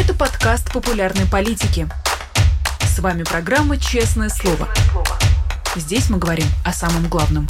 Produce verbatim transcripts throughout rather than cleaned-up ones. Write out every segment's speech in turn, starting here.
Это подкаст популярной политики. С вами программа «Честное слово». Здесь мы говорим о самом главном.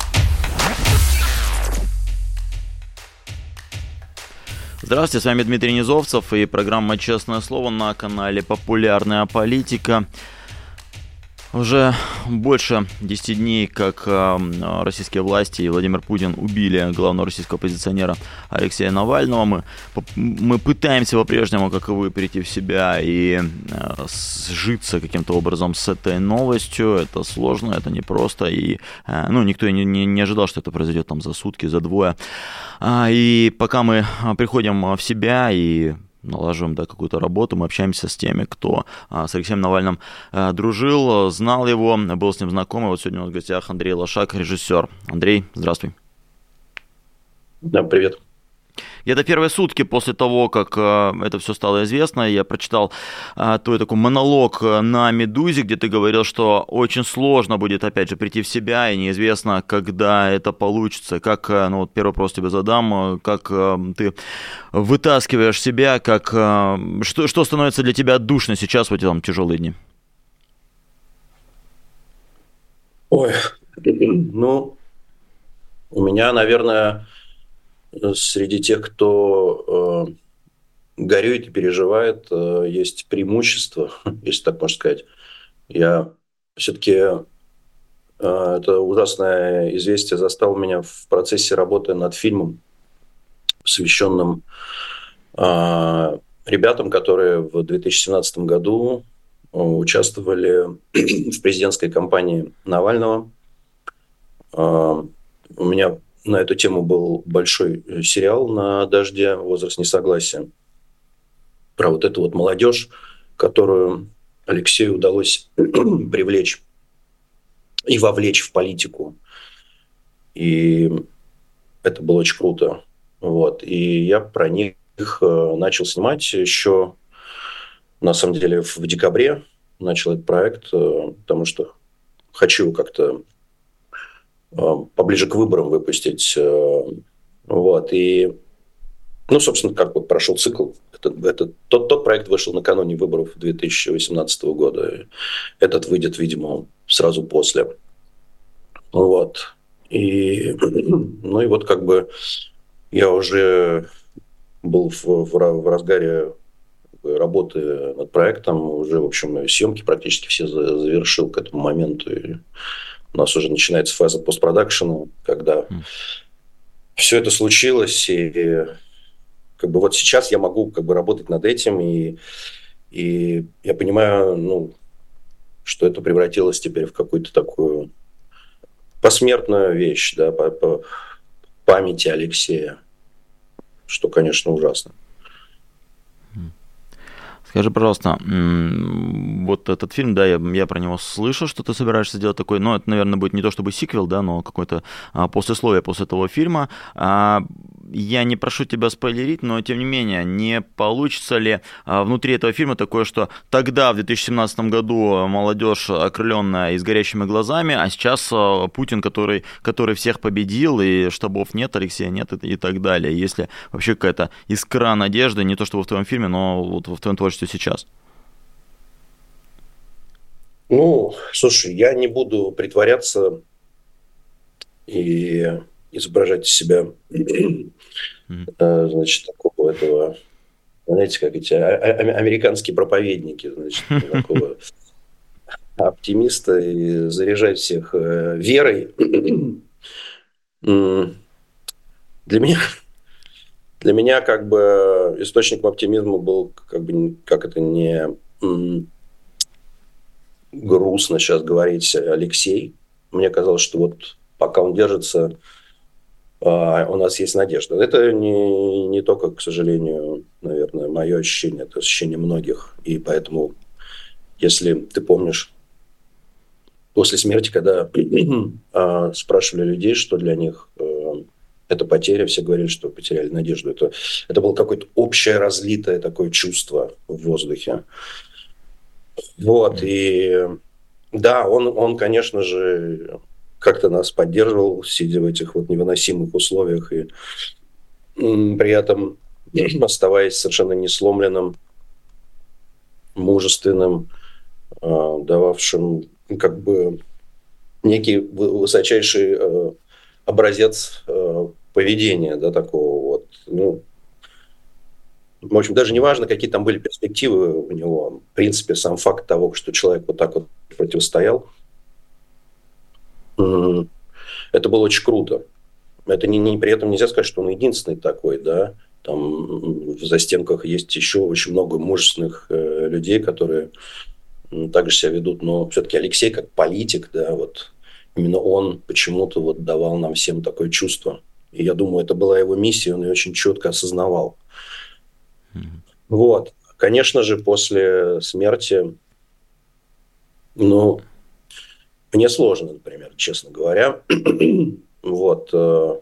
Здравствуйте, с вами Дмитрий Низовцев и программа «Честное слово» на канале «Популярная политика». Уже больше десяти дней, как э, российские власти и Владимир Путин убили главного российского оппозиционера Алексея Навального. Мы, мы пытаемся по-прежнему, как и вы, прийти в себя и э, сжиться каким-то образом с этой новостью. Это сложно, это непросто. И э, ну, никто не, не, не ожидал, что это произойдет там за сутки, за двое. А, и пока мы приходим в себя и налаживаем, да, какую-то работу, мы общаемся с теми, кто а, с Алексеем Навальным а, дружил, знал его, был с ним знаком. И вот сегодня у нас в гостях Андрей Лошак, режиссер. Андрей, здравствуй. Да, привет. Где-то первые сутки после того, как э, это все стало известно, я прочитал э, твой такой монолог на «Медузе», где ты говорил, что очень сложно будет, опять же, прийти в себя, и неизвестно, когда это получится. Как, э, ну вот первый вопрос тебе задам, э, как э, ты вытаскиваешь себя, как, э, что, что становится для тебя отдушно сейчас в эти там тяжелые дни? Ой, ну, у меня, наверное, среди тех, кто э, горюет и переживает, э, есть преимущество, если так можно сказать. Я все-таки, э, это ужасное известие застало меня в процессе работы над фильмом, посвященным э, ребятам, которые в две тысячи семнадцатом году участвовали в президентской кампании Навального. Э, у меня на эту тему был большой сериал на «Дожде», «Возраст несогласия», про вот эту вот молодежь, которую Алексею удалось привлечь и вовлечь в политику. И это было очень круто. Вот. И я про них начал снимать еще, на самом деле, в декабре начал этот проект, потому что хочу его как-то поближе к выборам выпустить. Вот. И, ну, собственно, как вот прошел цикл. Это, это, тот, тот проект вышел накануне выборов две тысячи восемнадцатого года. Этот выйдет, видимо, сразу после. Вот. И, ну, и вот как бы я уже был в, в, в разгаре работы над проектом. Уже, в общем, съемки практически все завершил к этому моменту. И у нас уже начинается фаза постпродакшена, когда mm. все это случилось, и как бы вот сейчас я могу как бы работать над этим, и, и я понимаю, ну, что это превратилось теперь в какую-то такую посмертную вещь, да, по, по памяти Алексея, что, конечно, ужасно. Скажи, пожалуйста, вот этот фильм, да, я, я про него слышал, что ты собираешься сделать такой, ну, это, наверное, будет не то чтобы сиквел, да, но какое-то а, послесловие после этого фильма. А, я не прошу тебя спойлерить, но, тем не менее, не получится ли а, внутри этого фильма такое, что тогда, в две тысячи семнадцатом году, молодежь окрыленная и с горящими глазами, а сейчас а, Путин, который, который всех победил, и штабов нет, Алексея нет, и, и так далее. Если вообще какая-то искра надежды, не то чтобы в твоем фильме, но вот в твоем творчестве сейчас? Ну, слушай, я не буду притворяться и изображать из себя, mm-hmm. значит, такого этого, знаете, как эти американские проповедники, значит, такого оптимиста и заряжать всех верой. Для меня, для меня как бы источником оптимизма был, как бы, как это не грустно сейчас говорить, Алексей. Мне казалось, что вот пока он держится, у нас есть надежда. Это не, не только, к сожалению, наверное, мое ощущение, это ощущение многих. И поэтому, если ты помнишь, после смерти, когда спрашивали людей, что для них это потеря, все говорили, что потеряли надежду. Это, это было какое-то общее разлитое такое чувство в воздухе. Вот, и да, он, он, конечно же, как-то нас поддерживал, сидя в этих вот невыносимых условиях, и при этом оставаясь совершенно несломленным мужественным, дававшим как бы некий высочайший образец поведения, да, такого вот. Ну, в общем, даже не важно, какие там были перспективы у него. В принципе, сам факт того, что человек вот так вот противостоял, это было очень круто. Это не, не, при этом нельзя сказать, что он единственный такой, да. Там в застенках есть еще очень много мужественных э, людей, которые ну, так же себя ведут. Но все-таки Алексей как политик, да, вот именно он почему-то вот давал нам всем такое чувство. И я думаю, это была его миссия, он ее очень четко осознавал. Mm-hmm. Вот. Конечно же, после смерти, ну, мне сложно, например, честно говоря. Вот. Э,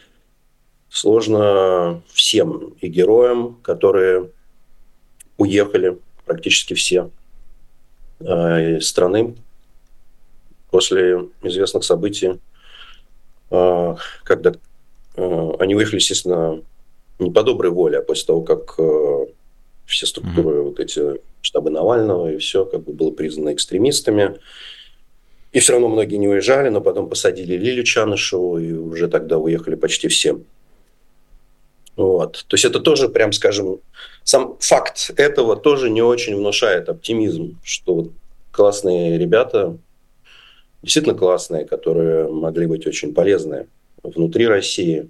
сложно всем и героям, которые уехали, практически все, э, из страны после известных событий, э, когда э, они уехали, естественно, не по доброй воле, а после того, как э, все структуры, mm-hmm. вот эти штабы Навального и все как бы было признано экстремистами. И все равно многие не уезжали, но потом посадили Лилию Чанышеву, и уже тогда уехали почти все. Вот. То есть это тоже, прям скажем, сам факт этого тоже не очень внушает оптимизм, что вот классные ребята, действительно классные, которые могли быть очень полезны внутри России,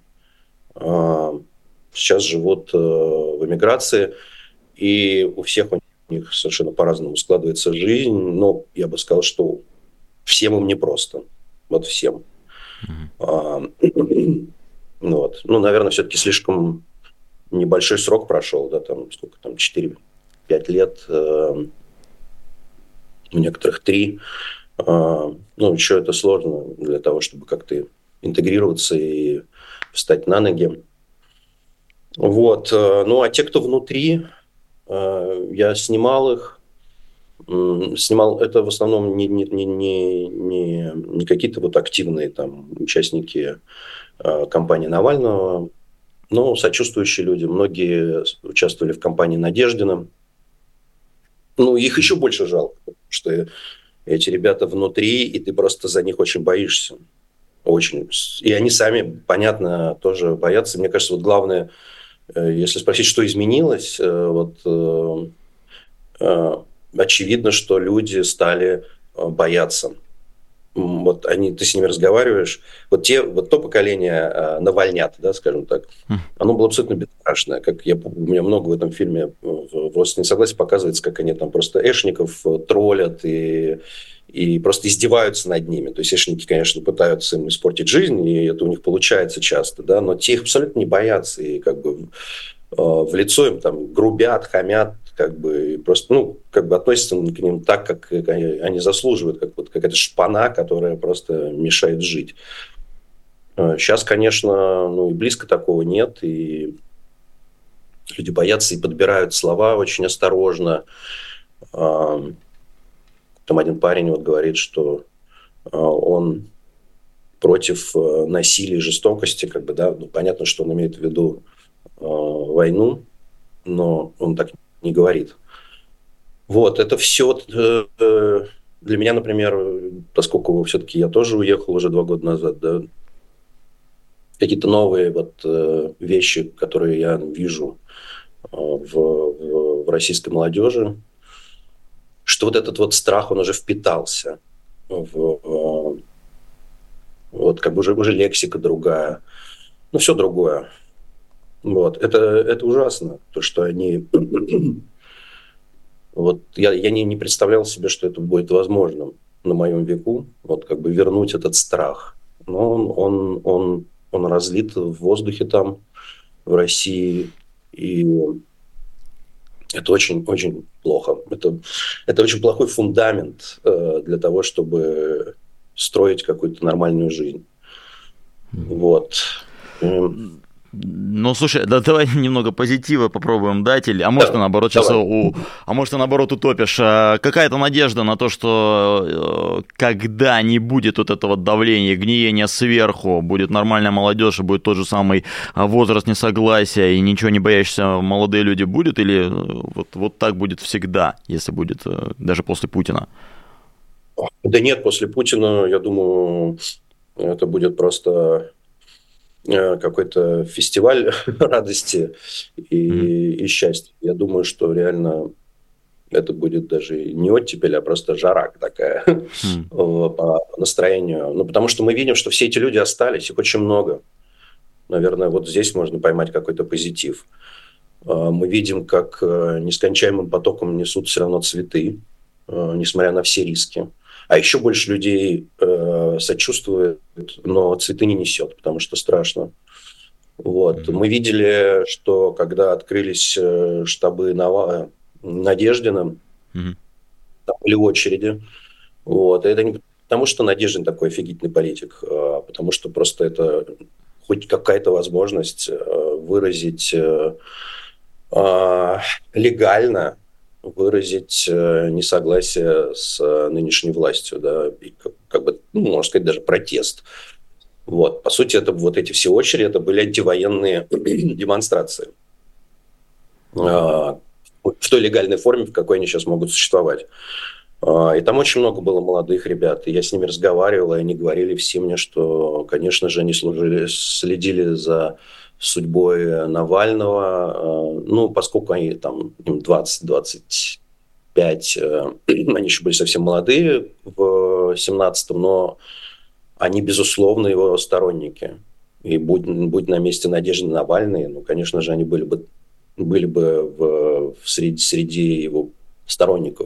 сейчас живут в эмиграции, и у всех у них совершенно по-разному складывается жизнь, но я бы сказал, что всем им непросто. Вот всем. Mm-hmm. Вот. Ну, наверное, все-таки слишком небольшой срок прошел, да, там сколько там, четыре-пять лет, э, у некоторых три. Э, ну, еще это сложно для того, чтобы как-то интегрироваться и встать на ноги. Вот. Э, ну, а те, кто внутри, э, я снимал их. Снимал это в основном не, не, не, не, не какие-то вот активные там участники э, кампании Навального, но сочувствующие люди. Многие участвовали в кампании Надеждина. Ну, их еще больше жалко, потому что эти ребята внутри, и ты просто за них очень боишься. Очень. И они сами, понятно, тоже боятся. Мне кажется, вот главное, э, если спросить, что изменилось, э, вот... Э, э, очевидно, что люди стали бояться. Вот они, ты с ними разговариваешь. Вот, те, вот то поколение э, навальнят, да, скажем так, оно было абсолютно бесстрашное. Как я, у меня много в этом фильме в «Родственном согласии» показывается, как они там просто эшников троллят и, и просто издеваются над ними. То есть эшники, конечно, пытаются им испортить жизнь, и это у них получается часто, да, но те их абсолютно не боятся. И как бы э, в лицо им там грубят, хамят, как бы просто, ну, как бы относятся к ним так, как они заслуживают, как вот какая-то шпана, которая просто мешает жить. Сейчас, конечно, ну, и близко такого нет, и люди боятся и подбирают слова очень осторожно. Там один парень вот говорит, что он против насилия и жестокости, как бы, да, ну, понятно, что он имеет в виду войну, но он так не говорит. Вот, это все э, для меня, например, поскольку все-таки я тоже уехал уже два года назад, да, какие-то новые вот э, вещи, которые я вижу э, в, в, в российской молодежи, что вот этот вот страх, он уже впитался в, в вот как бы уже, уже лексика другая, ну все другое. Вот. Это, это ужасно, то, что они... вот я, я не, не представлял себе, что это будет возможным на моем веку, вот как бы вернуть этот страх. Но он, он, он, он разлит в воздухе там, в России, и это очень, очень плохо. Это, это очень плохой фундамент э, для того, чтобы строить какую-то нормальную жизнь. Вот. Ну, слушай, да давай немного позитива попробуем дать, или, а может, Да, наоборот, сейчас давай. у, а может, наоборот, утопишь. А, какая-то надежда на то, что э, когда не будет вот этого давления, гниения сверху, будет нормальная молодежь, и будет тот же самый возраст несогласия, и ничего не боящиеся молодые люди будет, или вот, вот так будет всегда, если будет э, даже после Путина? Да нет, после Путина, я думаю, это будет просто какой-то фестиваль радости и, и счастья. Я думаю, что реально это будет даже не оттепель, а просто жара такая Mm. по настроению. Ну, потому что мы видим, что все эти люди остались, их очень много. Наверное, вот здесь можно поймать какой-то позитив. Мы видим, как нескончаемым потоком несут все равно цветы, несмотря на все риски. А еще больше людей э, сочувствует, но цветы не несет, потому что страшно. Вот. Mm-hmm. Мы видели, что когда открылись штабы Нова... Надеждина, mm-hmm. там были очереди. Вот. И это не потому, что Надеждин такой офигительный политик, а потому что просто это хоть какая-то возможность выразить э, э, легально выразить несогласие с нынешней властью, да, и как, как бы, ну, можно сказать, даже протест. Вот. По сути, это вот эти все очереди, это были антивоенные демонстрации. В той легальной форме, в какой они сейчас могут существовать. И там очень много было молодых ребят, и я с ними разговаривал, и они говорили все мне, что, конечно же, они служили, следили за судьбой Навального, ну, поскольку они там двадцать-двадцать пять, они еще были совсем молодые в семнадцатом, но они, безусловно, его сторонники. И будь, будь на месте Надежды Навальной, ну, конечно же, они были бы, были бы в, в среди, среди его сторонников.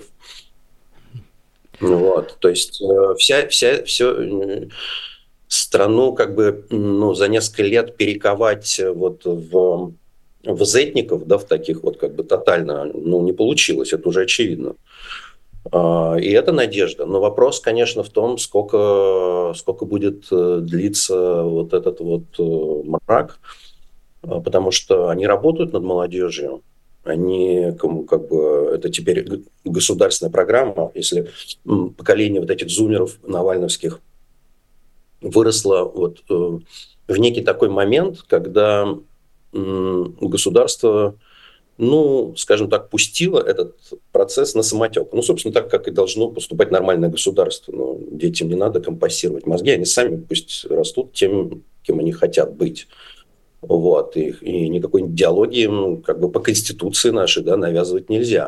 Вот, то есть вся, вся, все... страну как бы ну, за несколько лет перековать вот в, в зетников, да, в таких вот как бы тотально, ну, не получилось, это уже очевидно. И это надежда. Но вопрос, конечно, в том, сколько, сколько будет длиться вот этот вот мрак, потому что они работают над молодежью. Они, как бы, это теперь государственная программа, если поколение вот этих зумеров навальновских выросло вот, э, в некий такой момент, когда э, государство, ну, скажем так, пустило этот процесс на самотек. Ну, собственно, так, как и должно поступать нормальное государство. Но детям не надо компенсировать мозги, они сами пусть растут тем, кем они хотят быть. Вот. И, и никакой идеологии ну, как бы по конституции нашей да, навязывать нельзя.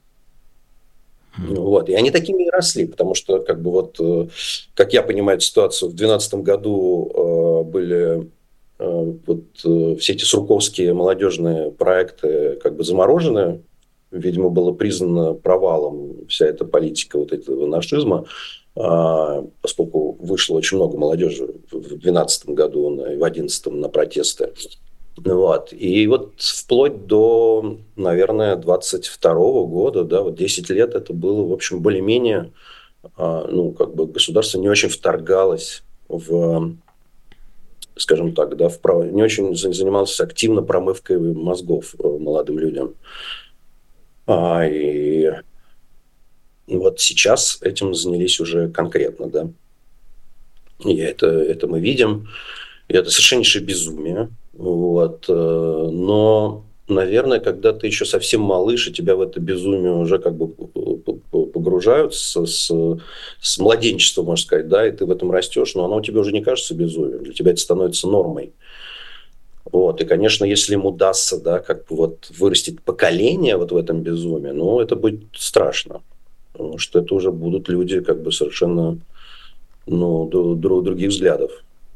Вот. И они такими и росли, потому что, как бы вот, как я понимаю эту ситуацию, в две тысячи двенадцатом году э, были э, вот, э, все эти сурковские молодежные проекты как бы заморожены. Видимо, было признано провалом вся эта политика вот этого нашизма, э, поскольку вышло очень много молодежи в две тысячи двенадцатом году и в две тысячи одиннадцатом на протесты. Вот. И вот вплоть до, наверное, двадцать второго года, да, вот десять лет это было, в общем, более-менее, ну, как бы государство не очень вторгалось в, скажем так, да, в право, не очень занималось активно промывкой мозгов молодым людям. А, и вот сейчас этим занялись уже конкретно, да. И это, это мы видим. И это совершеннейшее безумие. Вот. Но, наверное, когда ты еще совсем малыш, и тебя в это безумие уже как бы погружают с, с, с младенчества, можно сказать, да, и ты в этом растешь, но оно тебе уже не кажется безумием. Для тебя это становится нормой. Вот. И, конечно, если им удастся, да, как бы вот вырастить поколение вот в этом безумии, ну, это будет страшно. Потому что это уже будут люди как бы совершенно ну, других взглядов.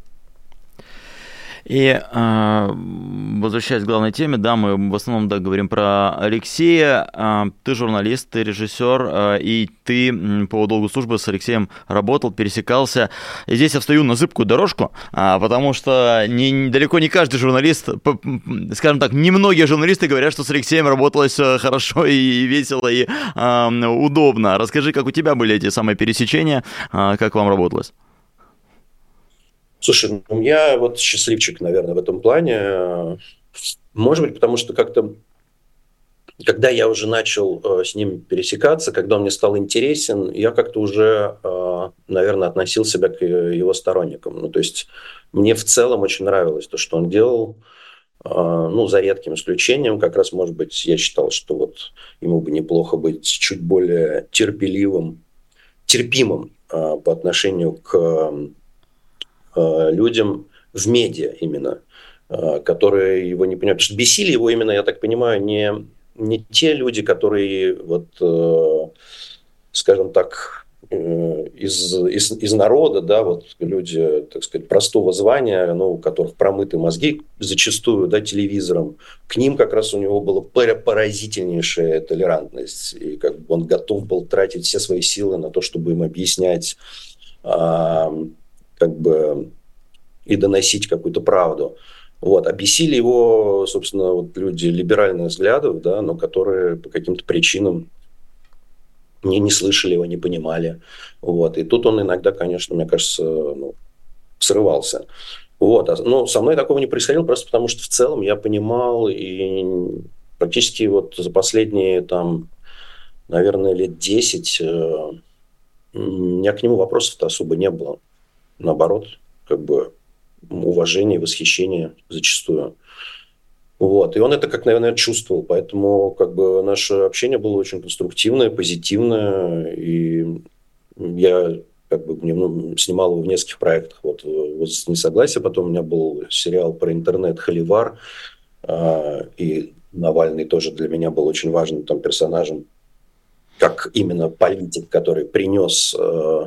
И э, возвращаясь к главной теме, да, мы в основном да, говорим про Алексея. Э, ты журналист, ты режиссер, э, и ты э, по долгу службы с Алексеем работал, пересекался. И здесь я встаю на зыбкую дорожку, э, потому что не, далеко не каждый журналист, по, скажем так, немногие журналисты говорят, что с Алексеем работалось хорошо и весело, и э, удобно. Расскажи, как у тебя были эти самые пересечения, э, как вам работалось? Слушай, ну я вот счастливчик, наверное, в этом плане. Может быть, потому что как-то, когда я уже начал э, с ним пересекаться, когда он мне стал интересен, я как-то уже, э, наверное, относил себя к его сторонникам. Ну, то есть мне в целом очень нравилось то, что он делал. Э, ну, за редким исключением, как раз, может быть, я считал, что вот ему бы неплохо быть чуть более терпеливым, терпимым э, по отношению к э, людям в медиа именно, э, которые его не понимают. Потому что бесили его именно, я так понимаю, не, не те люди, которые, вот, э, скажем так, э, из, из, из народа, да, вот люди, так сказать, простого звания, ну, у которых промыты мозги зачастую, да, телевизором. К ним как раз у него была поразительнейшая толерантность. И как бы он готов был тратить все свои силы на то, чтобы им объяснять, а, как бы, и доносить какую-то правду. Вот. А бесили его, собственно, вот люди либеральных взглядов, да, но которые по каким-то причинам не, не слышали его, не понимали. Вот. И тут он иногда, конечно, мне кажется, ну, срывался. Вот. А, ну, со мной такого не происходило, просто потому что в целом я понимал, и практически вот за последние, там, наверное, лет десять э, у меня к нему вопросов-то особо не было. Наоборот, как бы уважение, восхищение зачастую. Вот. И он это, как, наверное, чувствовал. Поэтому как бы наше общение было очень конструктивное, позитивное. И я как бы ну, снимал его в нескольких проектах. Вот, вот «Несогласие». Потом у меня был сериал про интернет «Холивар». И Навальный тоже для меня был очень важным там персонажем. Как именно политик, который принес...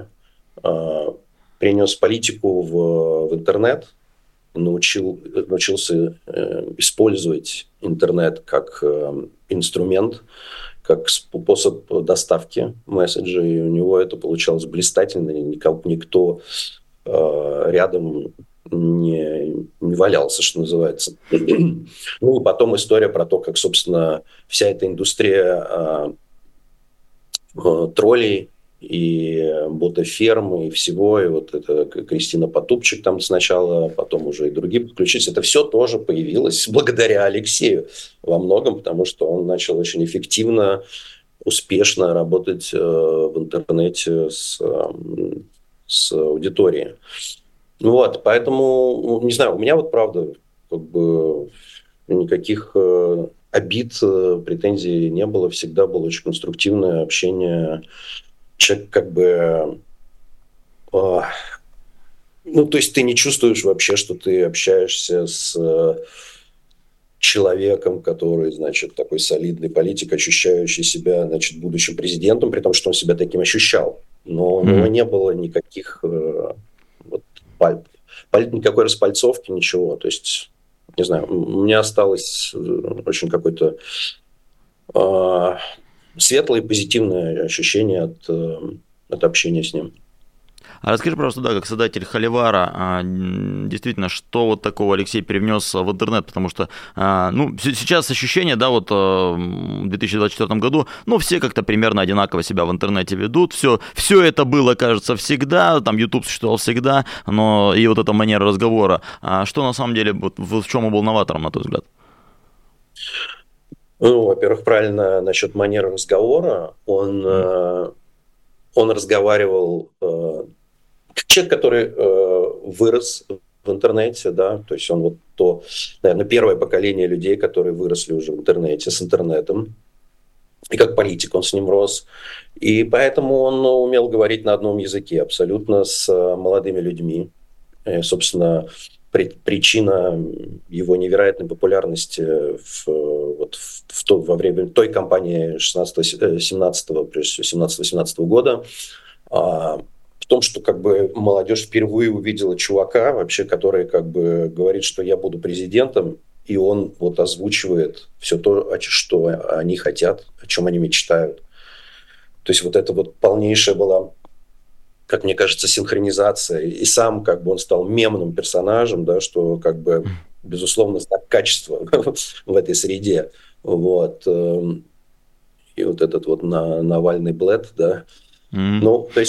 принес политику в, в интернет, научил, научился э, использовать интернет как э, инструмент, как способ доставки месседжей. И у него это получалось блистательно, никого, никто э, рядом не, не валялся, что называется. Ну и потом история про то, как, собственно, вся эта индустрия э, э, троллей и ботафермы, и всего, и вот это Кристина Потупчик там сначала, потом уже и другие подключились. Это все тоже появилось благодаря Алексею во многом, потому что он начал очень эффективно, успешно работать э, в интернете с, э, с аудиторией. Вот, поэтому, не знаю, у меня вот правда как бы никаких э, обид, э, претензий не было, всегда было очень конструктивное общение. Человек как бы... Э, ну, то есть ты не чувствуешь вообще, что ты общаешься с э, человеком, который, значит, такой солидный политик, ощущающий себя, значит, будущим президентом, при том, что он себя таким ощущал. Но у него не было никаких... Э, вот, паль... Паль... никакой распальцовки, ничего. То есть, не знаю, у меня осталось очень какой-то... Э, светлое и позитивное ощущение от, от общения с ним. А расскажи, пожалуйста, да, как создатель Холивара, действительно, что вот такого Алексей привнес в интернет, потому что, ну, сейчас ощущение, да, вот в две тысячи двадцать четвёртом году, ну, все как-то примерно одинаково себя в интернете ведут, все, все это было, кажется, всегда, там, YouTube существовал всегда, но и вот эта манера разговора, а что на самом деле, вот, в чем он был новатором, на твой взгляд? Ну, во-первых, правильно насчет манеры разговора. Он, mm. э, он разговаривал э, как человек, который э, вырос в интернете, да, то есть он вот то, наверное, первое поколение людей, которые выросли уже в интернете, с интернетом. И как политик он с ним рос. И поэтому он умел говорить на одном языке абсолютно с молодыми людьми. И, собственно, причина его невероятной популярности в, вот в, в то, во время той кампании шестнадцатого-семнадцатого, прежде всего семнадцатого-восемнадцатого года, а, в том, что как бы молодежь впервые увидела чувака, вообще, который как бы говорит, что я буду президентом, и он вот озвучивает все то, что они хотят, о чем они мечтают. То есть вот это вот полнейшая была, как мне кажется, синхронизация. И сам как бы он стал мемным персонажем, да, что как бы, безусловно, знак качества в этой среде. Вот. И вот этот вот Навальный Блэд, да. Mm-hmm. Ну, то есть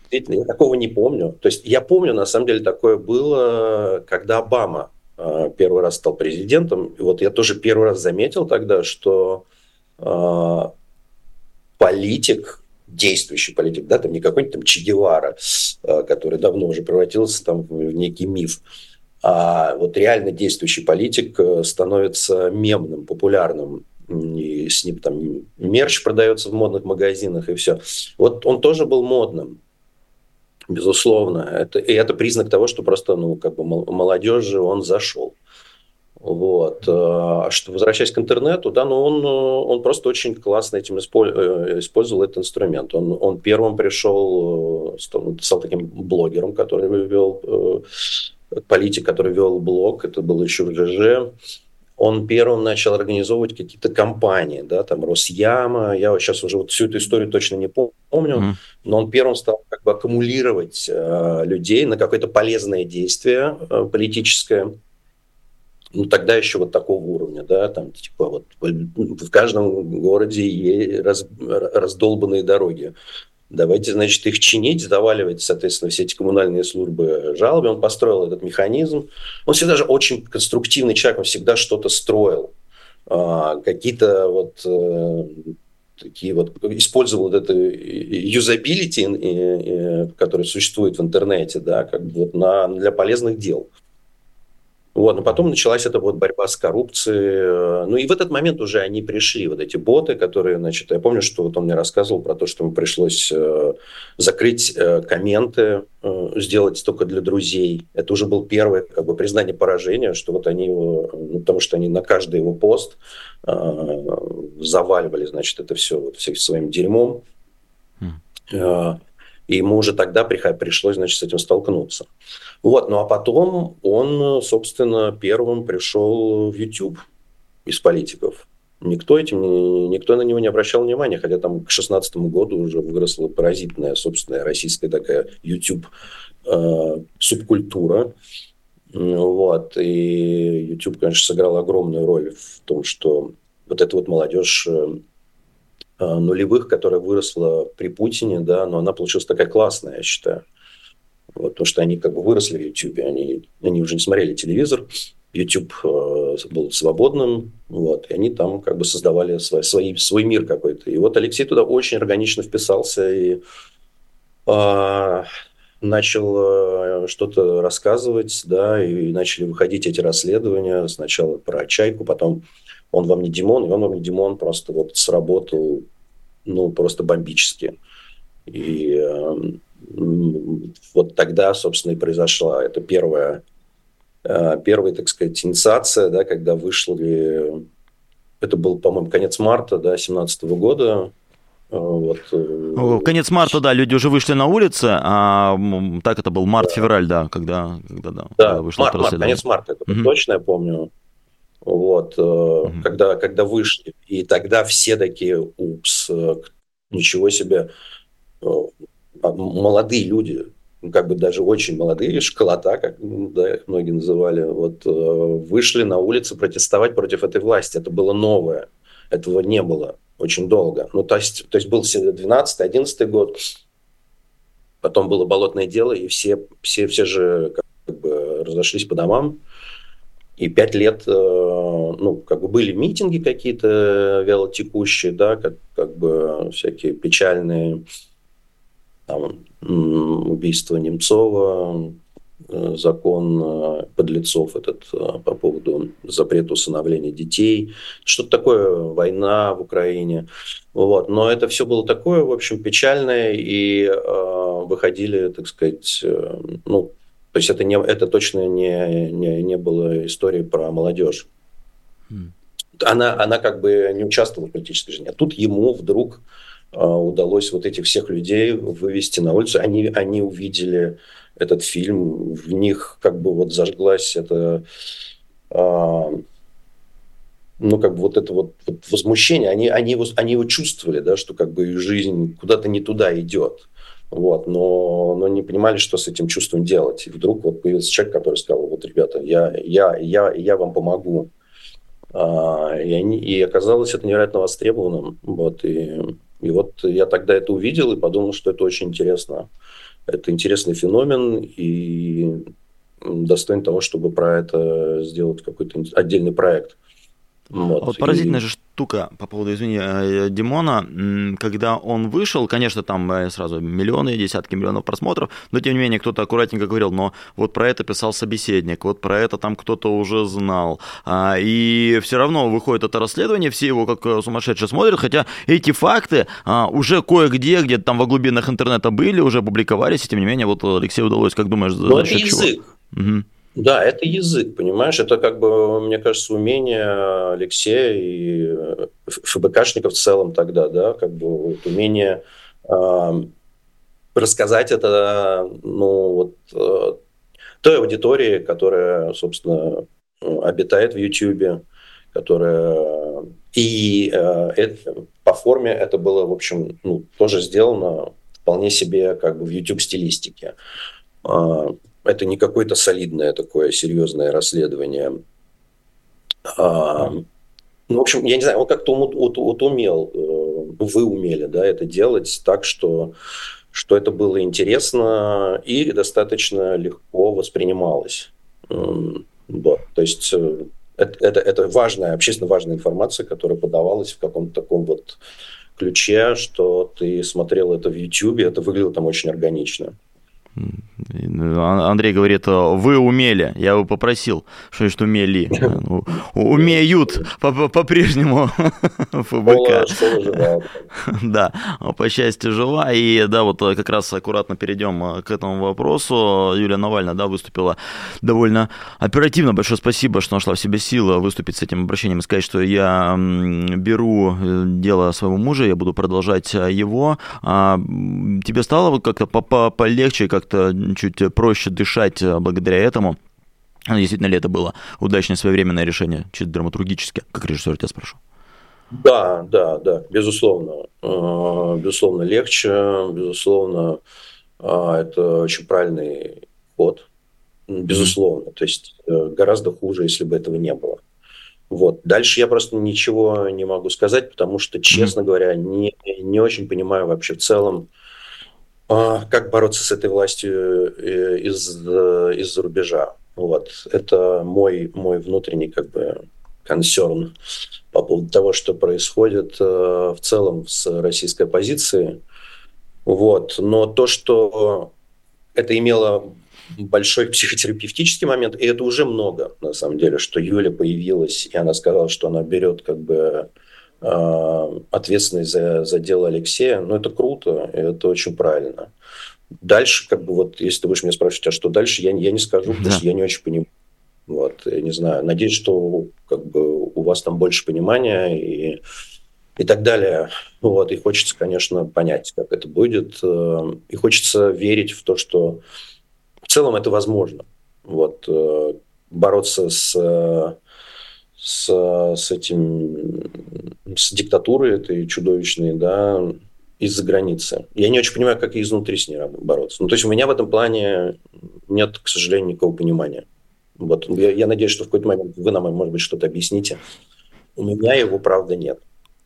действительно, я такого не помню. То есть я помню, на самом деле, такое было, когда Обама э, первый раз стал президентом. И вот я тоже первый раз заметил тогда, что э, политик, действующий политик, да, там не какой-нибудь там Че Гевара, э, который давно уже превратился там в некий миф, а вот реально действующий политик становится мемным, популярным. И с ним там мерч продается в модных магазинах и все. Вот он тоже был модным, безусловно. Это, и это признак того, что просто, ну, как бы молодежи он зашел. Вот. А что, возвращаясь к интернету, да, ну он, он просто очень классно этим использовал этот инструмент. Он, он первым пришел, стал, стал таким блогером, который вел, политик, который вел блог, это было еще в ЖЖ. Он первым начал организовывать какие-то кампании, да, там Росяма, я сейчас уже вот всю эту историю точно не помню, mm-hmm. но он первым стал как бы аккумулировать э, людей на какое-то полезное действие э, политическое. Ну, тогда еще вот такого уровня, да, там, типа, вот в каждом городе есть раз, раздолбанные дороги. Давайте, значит, их чинить, заваливать, соответственно, все эти коммунальные службы жалобы. Он построил этот механизм. Он всегда же очень конструктивный человек, он всегда что-то строил. А, какие-то вот а, такие вот, использовал вот это юзабилити, которое существует в интернете, да, как бы вот на, для полезных дел. Вот, но потом началась эта вот борьба с коррупцией. Ну и в этот момент уже они пришли, вот эти боты, которые, значит, я помню, что вот он мне рассказывал про то, что ему пришлось э, закрыть э, комменты, э, сделать только для друзей. Это уже был первое как бы признание поражения, что вот они его, ну, потому что они на каждый его пост э, заваливали, значит, это все вот, своим дерьмом. Mm. И ему уже тогда пришлось, значит, с этим столкнуться. Вот, ну а потом он, собственно, первым пришел в YouTube из политиков. Никто этим, никто на него не обращал внимания, хотя там к шестнадцатому году уже выросла поразительная, собственная российская такая YouTube э, субкультура. Вот, и YouTube, конечно, сыграл огромную роль в том, что вот эта вот молодежь нулевых, которая выросла при Путине, да, но она получилась такая классная, я считаю. Вот, потому что они как бы выросли в YouTube, они, они уже не смотрели телевизор, YouTube э, был свободным, вот, и они там как бы создавали свой, свой, свой мир какой-то. И вот Алексей туда очень органично вписался и э, начал э, что-то рассказывать, да, и начали выходить эти расследования, сначала про Чайку, потом «Он вам не Димон», и «Он вам не Димон» просто вот сработал, ну, просто бомбически. И э, вот тогда, собственно, и произошла эта первая, э, первая, так сказать, инициация, да, когда вышли, это был, по-моему, конец марта, да, семнадцатого года. Э, вот, э, конец марта, да, люди уже вышли на улицы, а так это был март-февраль, да. да, когда, когда, да, да когда вышло март, март, конец марта, это mm-hmm. точно я помню. Вот, mm-hmm. когда, когда вышли, и тогда все такие, упс, ничего себе, молодые люди, как бы даже очень молодые, школота, как, да, их многие называли, вот, вышли на улицы протестовать против этой власти. Это было новое, этого не было очень долго. Ну, то есть, то есть был двенадцатый, одиннадцатый год, потом было болотное дело, и все, все, все же как бы разошлись по домам. И пять лет, ну, как бы были митинги какие-то вялотекущие, да, как, как бы всякие печальные, там, убийство Немцова, закон подлецов этот по поводу запрета усыновления детей, что-то такое, война в Украине. Вот. Но это все было такое, в общем, печальное, и э, выходили, так сказать, э, ну, то есть это, не, это точно не, не, не было историей про молодежь. Mm. Она, она как бы не участвовала в политической жизни. А тут ему вдруг э, удалось вот этих всех людей вывести на улицу. Они, они увидели этот фильм, в них как бы вот зажглась это, э, ну как бы вот это вот, вот возмущение. Они, они, его, они его чувствовали, да, что как бы их жизнь куда-то не туда идет. Вот, но, но не понимали, что с этим чувством делать. И вдруг вот появился человек, который сказал: вот, ребята, я, я, я, я вам помогу. А, и, они, и оказалось это невероятно востребованным. Вот, и, и вот я тогда это увидел и подумал, что это очень интересно. это интересный феномен и достоин того, чтобы про это сделать какой-то отдельный проект. Вот. А вот поразительная и... же штука по поводу, извини, Димона, когда он вышел, конечно, там сразу миллионы, десятки миллионов просмотров, но тем не менее кто-то аккуратненько говорил, но вот про это писал собеседник, вот про это там кто-то уже знал, и все равно выходит это расследование, все его как сумасшедшие смотрят, хотя эти факты уже кое-где, где-то там во глубинах интернета были, уже публиковались, и тем не менее, вот Алексею удалось, как думаешь, за, за счет чего? Язык. Угу. Да, это язык, понимаешь, это как бы, мне кажется, умение Алексея и ФБКшников в целом тогда, да, как бы вот умение э, рассказать это, ну, вот э, той аудитории, которая, собственно, обитает в Ютьюбе, которая... И э, это, по форме это было, в общем, ну, тоже сделано вполне себе как бы в YouTube-стилистике. Это не какое-то солидное такое серьезное расследование. А, ну, в общем, я не знаю, он как-то вот, вот умел, вы умели, да, это делать так, что, что это было интересно и достаточно легко воспринималось. Да, то есть это, это, это важная, общественно важная информация, которая подавалась в каком-то таком вот ключе, что ты смотрел это в Ютьюбе, это выглядело там очень органично. Андрей говорит, вы умели, я его попросил, что значит умели, умеют по-прежнему ФБК. Да, по счастью жива, и да, вот как раз аккуратно перейдем к этому вопросу. Юлия Навальная, да, выступила довольно оперативно, большое спасибо, что нашла в себе силы выступить с этим обращением и сказать, что я беру дело своего мужа, я буду продолжать его. Тебе стало как-то полегче, как как-то чуть проще дышать благодаря этому? Действительно ли это было удачное своевременное решение, чисто драматургически, как режиссер тебя спрошу? Да, да, да, безусловно. Безусловно, легче, безусловно, это очень правильный ход, безусловно. То есть гораздо хуже, если бы этого не было. Вот. Дальше я просто ничего не могу сказать, потому что, честно mm-hmm. говоря, не, не очень понимаю вообще в целом, как бороться с этой властью из, из-за рубежа. Вот. Это мой, мой внутренний как бы консерн по поводу того, что происходит в целом с российской оппозицией. Вот. Но то, что это имело большой психотерапевтический момент, и это уже много, на самом деле, что Юля появилась, и она сказала, что она берет как бы ответственность за, за дело Алексея, ну, это круто, это очень правильно. Дальше, как бы, вот, если ты будешь меня спрашивать, а что дальше, я, я не скажу, потому да. что я не очень понимаю. Вот, я не знаю, надеюсь, что как бы у вас там больше понимания и, и так далее. Вот, и хочется, конечно, понять, как это будет, и хочется верить в то, что в целом это возможно. Вот, бороться с... С, с этим, с диктатурой этой чудовищной, да, из-за границы. Я не очень понимаю, как и изнутри с ней бороться. Ну, то есть у меня в этом плане нет, к сожалению, никакого понимания. Вот. Я, я надеюсь, что в какой-то момент вы нам, может быть, что-то объясните. У меня его, правда, нет.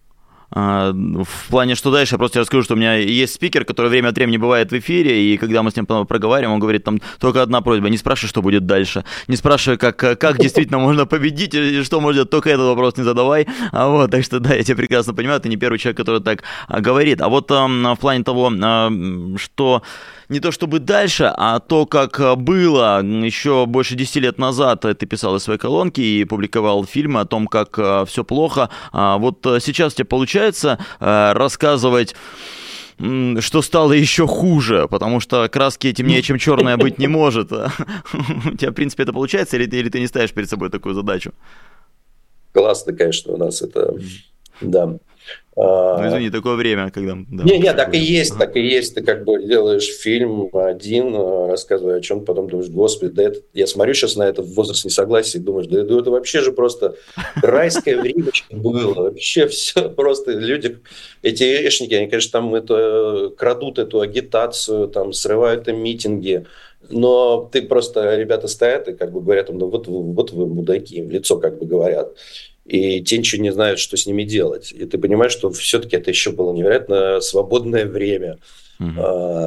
В плане, что дальше, я просто расскажу, что у меня есть спикер, который время от времени бывает в эфире, и когда мы с ним проговариваем, он говорит, там только одна просьба: не спрашивай, что будет дальше, не спрашивай, как, как действительно можно победить, и что может, только этот вопрос не задавай. А вот, так что да, я тебя прекрасно понимаю, ты не первый человек, который так говорит. А вот в плане того, что не то чтобы дальше, а то, как было еще больше десяти лет назад, ты писал из своей колонки и публиковал фильмы о том, как все плохо. Вот сейчас у тебя получается рассказывать, что стало еще хуже, потому что краски темнее, чем черное, быть не может. У тебя, в принципе, это получается, или ты, или ты не ставишь перед собой такую задачу? Классно, конечно, у нас это, да. Ну, извини, такое время, когда... Да, не, не, так и есть, ага. так и есть. Ты как бы делаешь фильм один, рассказывая о чем-то, потом думаешь, господи, да это... Я смотрю сейчас на это в возраст несогласия и думаешь, да, да это вообще же просто райское время было. Вообще все просто люди, эти эшники, они, конечно, там это, крадут эту агитацию, там срывают им митинги. Но ты просто, ребята стоят и как бы говорят, ну вот вы, вот вы мудаки, в лицо как бы говорят. И те ничего не знают, что с ними делать. И ты понимаешь, что все-таки это еще было невероятно свободное время. Mm-hmm.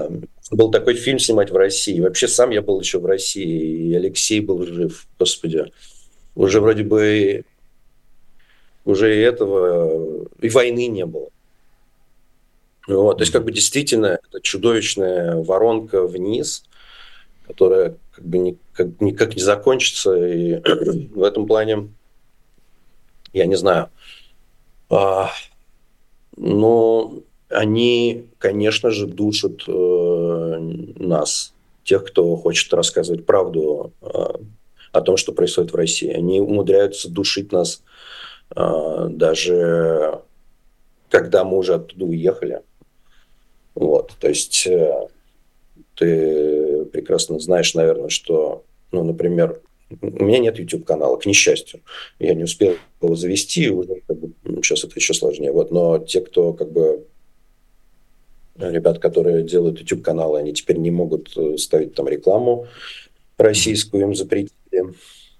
был такой фильм снимать в России. Вообще сам я был еще в России, и Алексей был жив, господи. Уже вроде бы уже и этого, и войны не было. Вот, то есть как бы действительно это чудовищная воронка вниз, которая как бы никак, никак не закончится. И в этом плане, я не знаю, а, но они, конечно же, душат э, нас, тех, кто хочет рассказывать правду э, о том, что происходит в России. Они умудряются душить нас э, даже когда мы уже оттуда уехали. Вот, то есть э, ты прекрасно знаешь, наверное, что, ну, например, у меня нет YouTube-канала, к несчастью. Я не успел его завести, уже как бы, сейчас это еще сложнее. Вот, но те, кто как бы ребят, которые делают YouTube-каналы, они теперь не могут ставить там рекламу российскую, им запретили.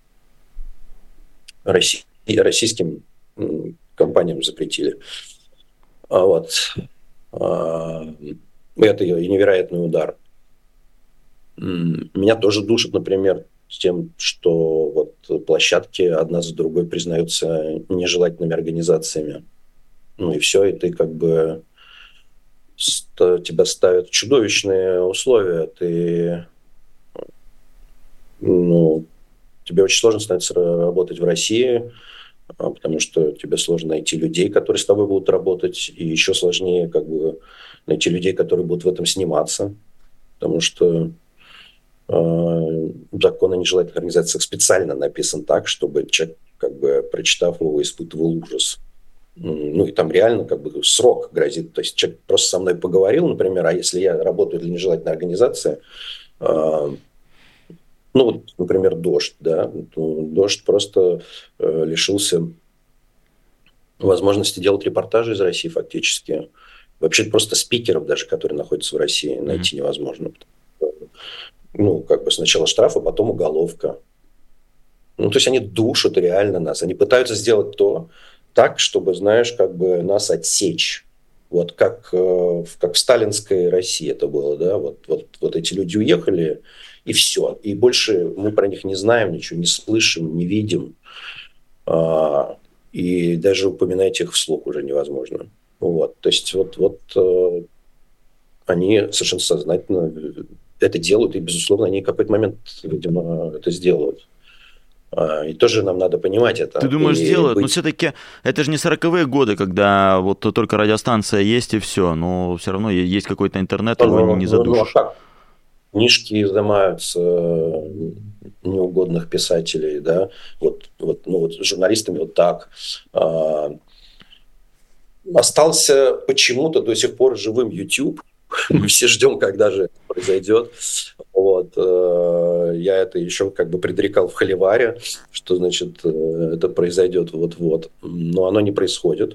Россий, российским компаниям запретили. А вот. Это и невероятный удар. Меня тоже душит, например, с тем, что вот площадки одна за другой признаются нежелательными организациями. Ну и все, и ты как бы тебя ставят в чудовищные условия. Ты, ну, тебе очень сложно становится работать в России, потому что тебе сложно найти людей, которые с тобой будут работать, и еще сложнее как бы найти людей, которые будут в этом сниматься, потому что э, закон о нежелательных организациях специально написан так, чтобы человек, как бы, прочитав его, испытывал ужас. Ну и там реально как бы срок грозит. То есть человек просто со мной поговорил, например, а если я работаю для нежелательной организации, э, ну вот, например, «Дождь», да, «Дождь» просто э, лишился возможности делать репортажи из России фактически. Вообще просто спикеров даже, которые находятся в России, найти невозможно. Ну, как бы сначала штраф, а потом уголовка. Ну, то есть они душат реально нас. Они пытаются сделать то так, чтобы, знаешь, как бы нас отсечь. Вот как, э, как в сталинской России это было, да, вот, вот, вот эти люди уехали, и все. И больше мы про них не знаем, ничего не слышим, не видим. А, и даже упоминать их вслух уже невозможно. Вот. То есть вот, вот э, они совершенно сознательно это делают, и, безусловно, они в какой-то момент, видимо, это сделают. А, и тоже нам надо понимать это. Ты думаешь, и сделают? быть... Но все-таки это же не сороковые годы, когда вот только радиостанция есть и все, но все равно есть какой-то интернет, его ну, не ну, задушишь. Ну, а как? Книжки изымаются неугодных писателей, да, вот, вот, ну, вот с журналистами вот так. А, остался почему-то до сих пор живым YouTube. Мы все ждем, когда же это произойдет. Вот. Я это еще как бы предрекал в Холиваре, что, значит, это произойдет вот-вот. Но оно не происходит.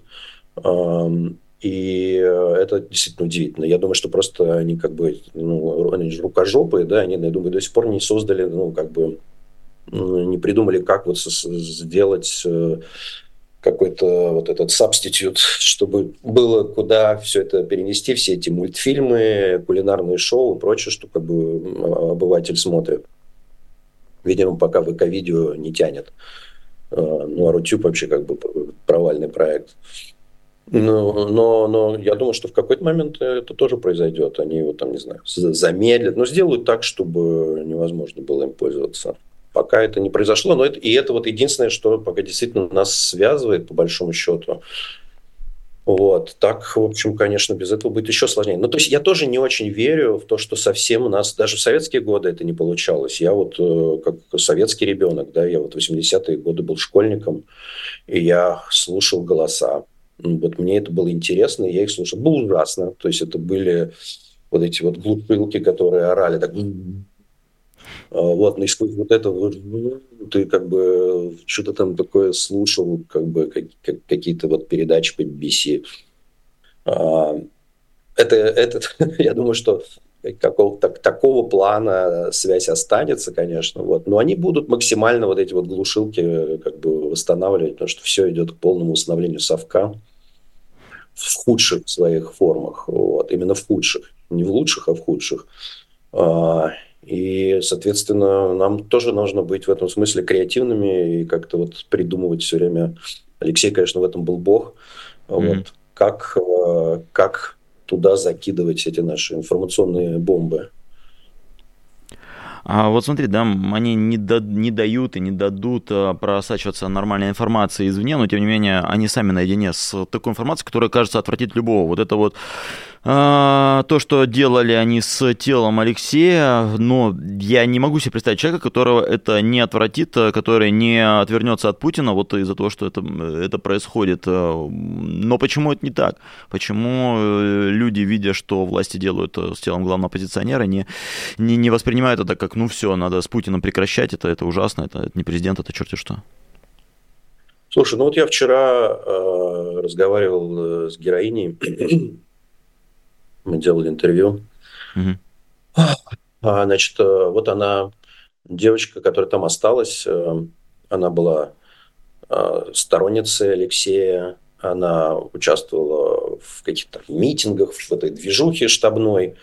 И это действительно удивительно. Я думаю, что просто они как бы, ну, они же рукожопые, да, они, я думаю, до сих пор не создали, ну, как бы, не придумали, как вот сделать какой-то вот этот substitute, чтобы было куда все это перенести, все эти мультфильмы, кулинарные шоу и прочее, что как бы обыватель смотрит. Видимо, пока ВК-видео не тянет. Ну, а Рутюб вообще как бы провальный проект. Но, но, но я думаю, что в какой-то момент это тоже произойдет. Они его там, не знаю, замедлят, но сделают так, чтобы невозможно было им пользоваться. Пока это не произошло, но это, и это вот единственное, что пока действительно нас связывает, по большому счету. Вот. Так, в общем, конечно, без этого будет еще сложнее. Ну, то есть я тоже не очень верю в то, что совсем у нас, даже в советские годы это не получалось. Я вот как советский ребенок, да, я вот в восьмидесятые годы был школьником, и я слушал голоса. Вот мне это было интересно, и я их слушал. Было ужасно. То есть это были вот эти вот глушилки, которые орали так... Вот, но и сквозь вот это ты как бы что-то там такое слушал, как бы как, как, какие-то вот передачи по би би си. Это, это я думаю, что какого, так, такого плана связь останется, конечно, вот, но они будут максимально вот эти вот глушилки как бы восстанавливать, потому что все идет к полному восстановлению совка в худших своих формах, вот, именно в худших. не в лучших, а в худших. И, соответственно, нам тоже нужно быть в этом смысле креативными и как-то вот придумывать все время. Алексей, конечно, в этом был бог. Mm-hmm. Вот. Как, как туда закидывать эти наши информационные бомбы. А вот смотри, да, они не, да, не дают и не дадут просачиваться нормальной информации извне, но тем не менее они сами наедине с такой информацией, которая, кажется, отвратит любого. Вот это вот а, то, что делали они с телом Алексея, но я не могу себе представить человека, которого это не отвратит, который не отвернется от Путина вот из-за того, что это, это происходит. Но почему это не так? Почему люди, видя, что власти делают с телом главного оппозиционера, не, не, не воспринимают это как, ну все, надо с Путиным прекращать, это, это ужасно, это, это не президент, это черти что. Слушай, ну вот я вчера э, разговаривал с героиней, мы делали интервью. Mm-hmm. А, значит, вот она, девочка, которая там осталась, она была сторонницей Алексея, она участвовала в каких-то митингах, в этой движухе штабной.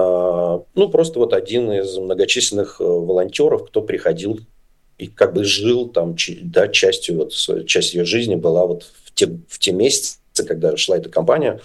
Ну, просто вот один из многочисленных волонтеров, кто приходил и как бы жил там, да, частью, вот, часть ее жизни была вот в те, в те месяцы, когда шла эта кампания.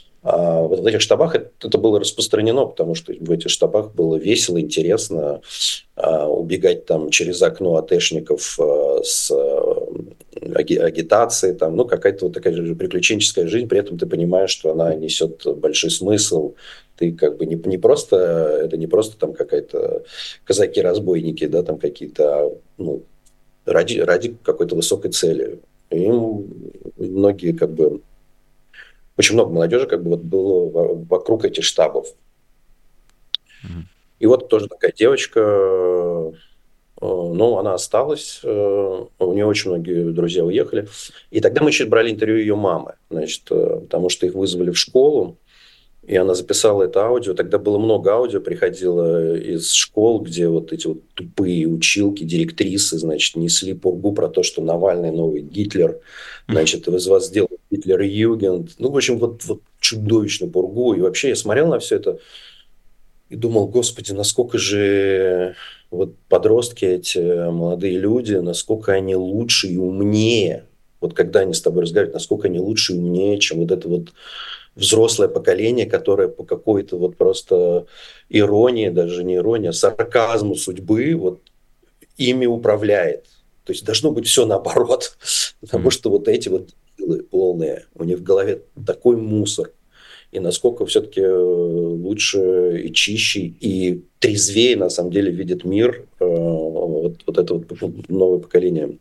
А вот в этих штабах это, это было распространено, потому что в этих штабах было весело, интересно а, убегать там через окно от эшников а, с а, аги, агитацией, там, ну, какая-то вот такая же приключенческая жизнь, при этом ты понимаешь, что она несет большой смысл. Ты как бы не, не просто, это не просто там какая-то казаки-разбойники, да, там какие-то, ну, ради, ради какой-то высокой цели. И многие как бы очень много молодежи как бы вот было вокруг этих штабов. Mm-hmm. И вот тоже такая девочка, ну, она осталась, у нее очень многие друзья уехали. И тогда мы еще брали интервью ее мамы, значит, потому что их вызвали в школу, и она записала это аудио. Тогда было много аудио, приходило из школ, где вот эти вот тупые училки, директрисы, значит, несли пургу про то, что Навальный новый Гитлер, значит, из вас сделал Гитлер-Югенд. Ну, в общем, вот, вот чудовищную пургу. И вообще я смотрел на все это и думал, господи, насколько же вот подростки эти, молодые люди, насколько они лучше и умнее. Вот когда они с тобой разговаривают, насколько они лучше и умнее, чем вот это вот взрослое поколение, которое по какой-то вот просто иронии, даже не иронии, а сарказму судьбы вот ими управляет. То есть должно быть все наоборот. Потому mm. что вот эти вот полные, у них в голове такой мусор. И насколько все-таки лучше и чище, и трезвее на самом деле видит мир вот, вот это вот новое поколение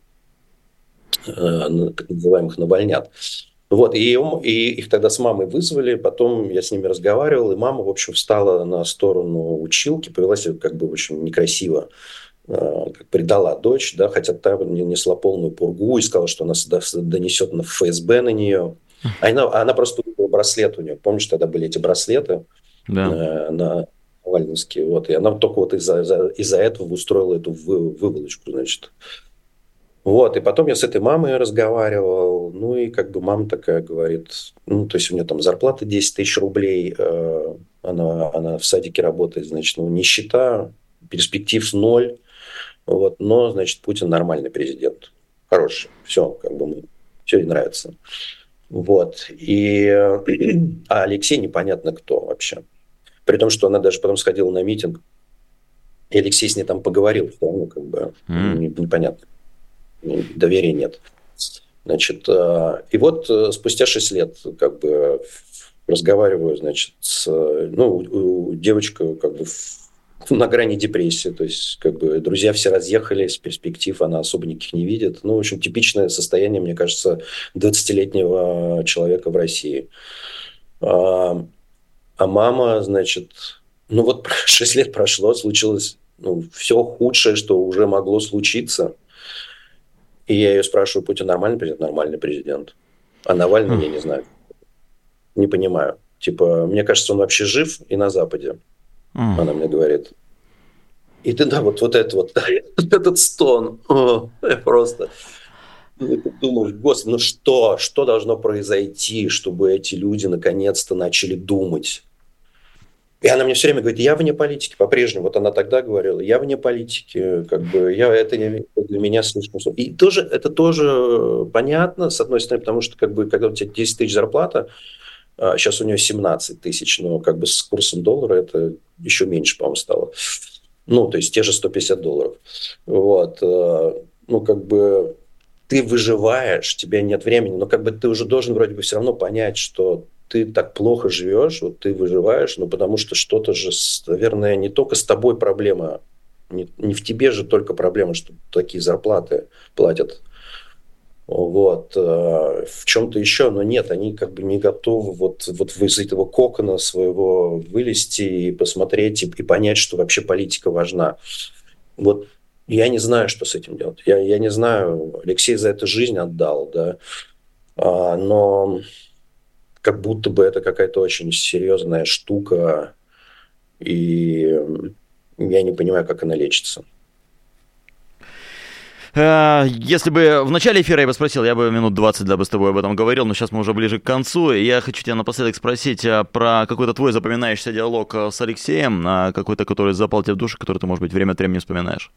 так называемых навальнят. Вот, и, и их тогда с мамой вызвали, потом я с ними разговаривал, и мама, в общем, встала на сторону училки, повела себя как бы очень некрасиво, как предала дочь, да, хотя та несла полную пургу и сказала, что она донесет на эф эс бэ на нее. А она, она просто увидела браслет у нее. Помнишь, тогда были эти браслеты да. на Навальновские, вот, и она только вот из-за, из-за, из-за этого устроила эту вы, выволочку, значит. Вот, и потом я с этой мамой разговаривал, ну и как бы мама такая говорит, ну, то есть у нее там зарплата десять тысяч рублей, э, она, она в садике работает, значит, ну, нищета, перспектив ноль, вот, но, значит, Путин нормальный президент, хороший, все, как бы мне все ей нравится. Вот, и а Алексей непонятно кто вообще, при том, что она даже потом сходила на митинг, и Алексей с ней там поговорил, все равно как бы mm. непонятно. Доверия нет. Значит, и вот спустя шесть лет как бы разговариваю, значит, с, ну, девочка как бы на грани депрессии, то есть как бы друзья все разъехались, перспектив она особо никаких не видит. Ну, в общем, типичное состояние, мне кажется, двадцатилетнего человека в России. А, а мама, значит, ну вот шесть лет прошло, случилось ну, все худшее, что уже могло случиться. И я ее спрашиваю, Путин нормальный президент? Нормальный президент. А Навальный, mm. я не знаю. Не понимаю. Типа, мне кажется, он вообще жив и на Западе. Mm. Она мне говорит. И ты, да, вот, вот это вот, этот стон. О, просто. Ну, ты думаешь, господи, ну что? Что должно произойти, чтобы эти люди наконец-то начали думать? И она мне все время говорит, я вне политики, по-прежнему. Вот она тогда говорила, я вне политики, как бы, я, это не, для меня слишком сложно. И тоже, это тоже понятно, с одной стороны, потому что, как бы, когда у тебя десять тысяч зарплата, сейчас у нее семнадцать тысяч, но как бы с курсом доллара это еще меньше, по-моему, стало. Ну, то есть те же сто пятьдесят долларов. Вот. Ну, как бы ты выживаешь, у тебя нет времени, но как бы ты уже должен вроде бы все равно понять, что ты так плохо живешь, вот ты выживаешь, ну, потому что что-то же, наверное, не только с тобой проблема, не, не в тебе же только проблема, что такие зарплаты платят. Вот. В чем-то еще, но нет, они как бы не готовы вот, вот из этого кокона своего вылезти и посмотреть, и, и понять, что вообще политика важна. Вот я не знаю, что с этим делать. Я, я не знаю, Алексей за это жизнь отдал, да, а, но как будто бы это какая-то очень серьезная штука, и я не понимаю, как она лечится. Если бы в начале эфира я бы спросил, я бы минут двадцать да, бы с тобой об этом говорил, но сейчас мы уже ближе к концу. И я хочу тебя напоследок спросить про какой-то твой запоминающийся диалог с Алексеем, какой-то, который запал тебе в душу, который ты, может быть, время от времени вспоминаешь.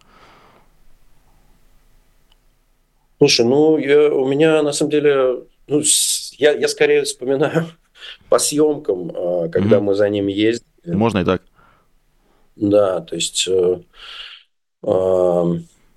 Слушай, ну, я, у меня, на самом деле, ну, я, я скорее вспоминаю по съемкам, когда mm-hmm. мы за ним ездили. Можно и так. Да, то есть... Э, э,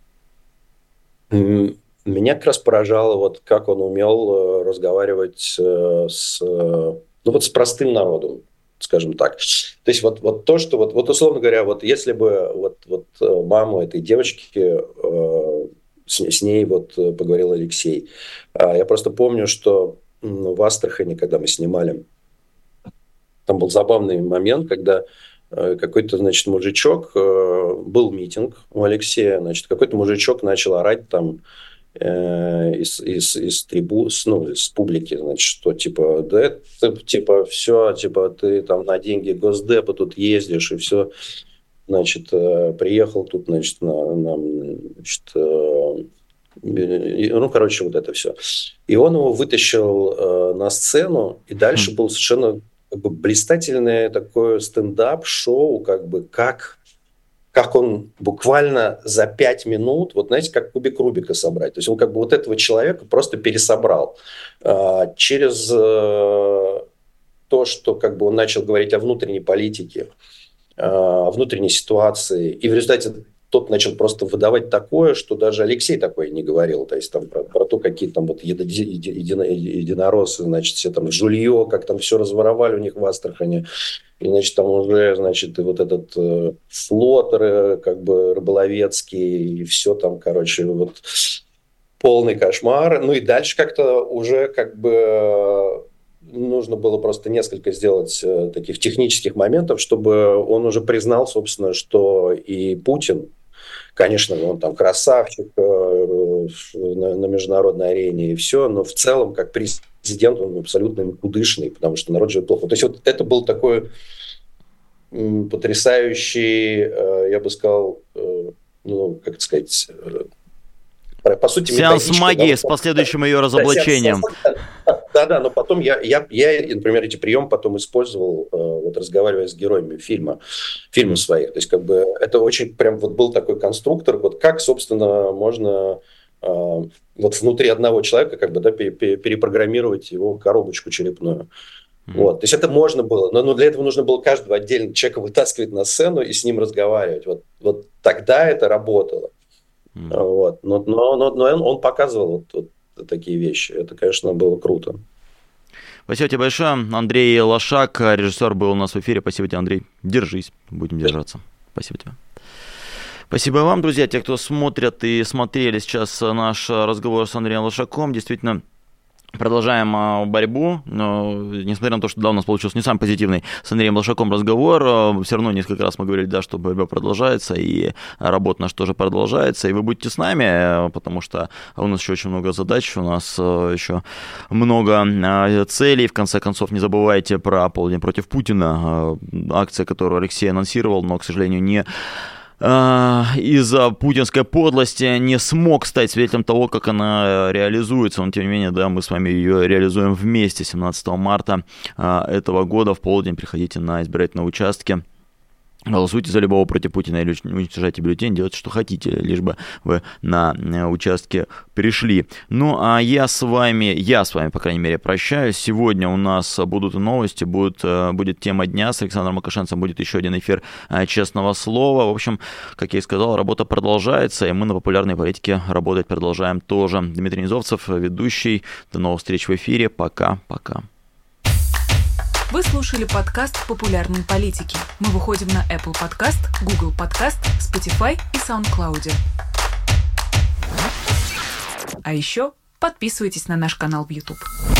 меня как раз поражало, вот, как он умел разговаривать с, ну, вот, с простым народом, скажем так. То есть вот, вот то, что, вот, вот условно говоря, вот если бы вот, вот маму этой девочки, э, с, с ней вот поговорил Алексей. Я просто помню, что в Астрахани, когда мы снимали, там был забавный момент, когда какой-то, значит, мужичок, был митинг у Алексея, значит, какой-то мужичок начал орать там э, из, из, из трибу, ну, из публики, значит, что типа, да это, типа, все, типа, ты там на деньги Госдепа тут ездишь, и все, значит, э, приехал тут, значит, на, на значит, э, ну, короче, вот это все. И он его вытащил э, на сцену, и дальше был совершенно как бы блистательное такое стендап-шоу, как бы как, как он буквально за пять минут, вот знаете, как кубик Рубика собрать. То есть он как бы вот этого человека просто пересобрал. Э, через э, то, что как бы он начал говорить о внутренней политике, э, о внутренней ситуации, и в результате тот начал просто выдавать такое, что даже Алексей такое не говорил. То есть там про, про то, какие там вот еди, еди, едино, единороссы, значит, все там жулье, как там все разворовали у них в Астрахани. И, значит, там уже, значит, и вот этот э, флот э, как бы рыболовецкий, и все там, короче, вот полный кошмар. Ну и дальше как-то уже как бы нужно было просто несколько сделать э, таких технических моментов, чтобы он уже признал, собственно, что и Путин, конечно, он там красавчик э, на, на международной арене и все, но в целом, как президент, он абсолютно никудышный, потому что народ живет плохо. То есть вот это был такой м, потрясающий, э, я бы сказал, э, ну, как сказать... Э, по сути, сеанс магии да, с последующим ее разоблачением. Да-да, но потом я, я, я, например, эти приемы потом использовал, вот разговаривая с героями фильма, фильмов своих. То есть, как бы, это очень прям вот был такой конструктор, вот как, собственно, можно вот внутри одного человека как бы, да, перепрограммировать его коробочку черепную. Mm-hmm. Вот. То есть это можно было, но, но для этого нужно было каждого отдельно человека вытаскивать на сцену и с ним разговаривать. Вот, вот тогда это работало. Mm-hmm. Вот. Но, но, но, но он, он показывал вот, вот такие вещи. Это, конечно, было круто. Спасибо тебе большое. Андрей Лошак, режиссер, был у нас в эфире. Спасибо тебе, Андрей. Держись. Будем держаться. Спасибо тебе. Спасибо вам, друзья, те, кто смотрят и смотрели сейчас наш разговор с Андреем Лошаком. Действительно, продолжаем борьбу, но, несмотря на то, что да, у нас получился не самый позитивный с Андреем Лошаком разговор, все равно несколько раз мы говорили, да, что борьба продолжается, и работа наша тоже продолжается, и вы будьте с нами, потому что у нас еще очень много задач, у нас еще много целей, в конце концов, не забывайте про полдень против Путина, акция, которую Алексей анонсировал, но, к сожалению, не из-за путинской подлости не смог стать свидетелем того, как она реализуется. Но, тем не менее, да, мы с вами ее реализуем вместе. семнадцатого марта этого года в полдень приходите на избирательные участки. Голосуйте за любого против Путина или уничтожайте бюллетень, делайте, что хотите, лишь бы вы на участке пришли. Ну, а я с вами, я с вами, по крайней мере, прощаюсь. Сегодня у нас будут новости, будет, будет тема дня с Александром Лукашенцем, будет еще один эфир «Честного слова». В общем, как я и сказал, работа продолжается, и мы на популярной политике работать продолжаем тоже. Дмитрий Низовцев, ведущий. До новых встреч в эфире. Пока-пока. Вы слушали подкаст «Популярные политики». Мы выходим на Apple Podcast, Google Podcast, Spotify и SoundCloud. А еще подписывайтесь на наш канал в YouTube.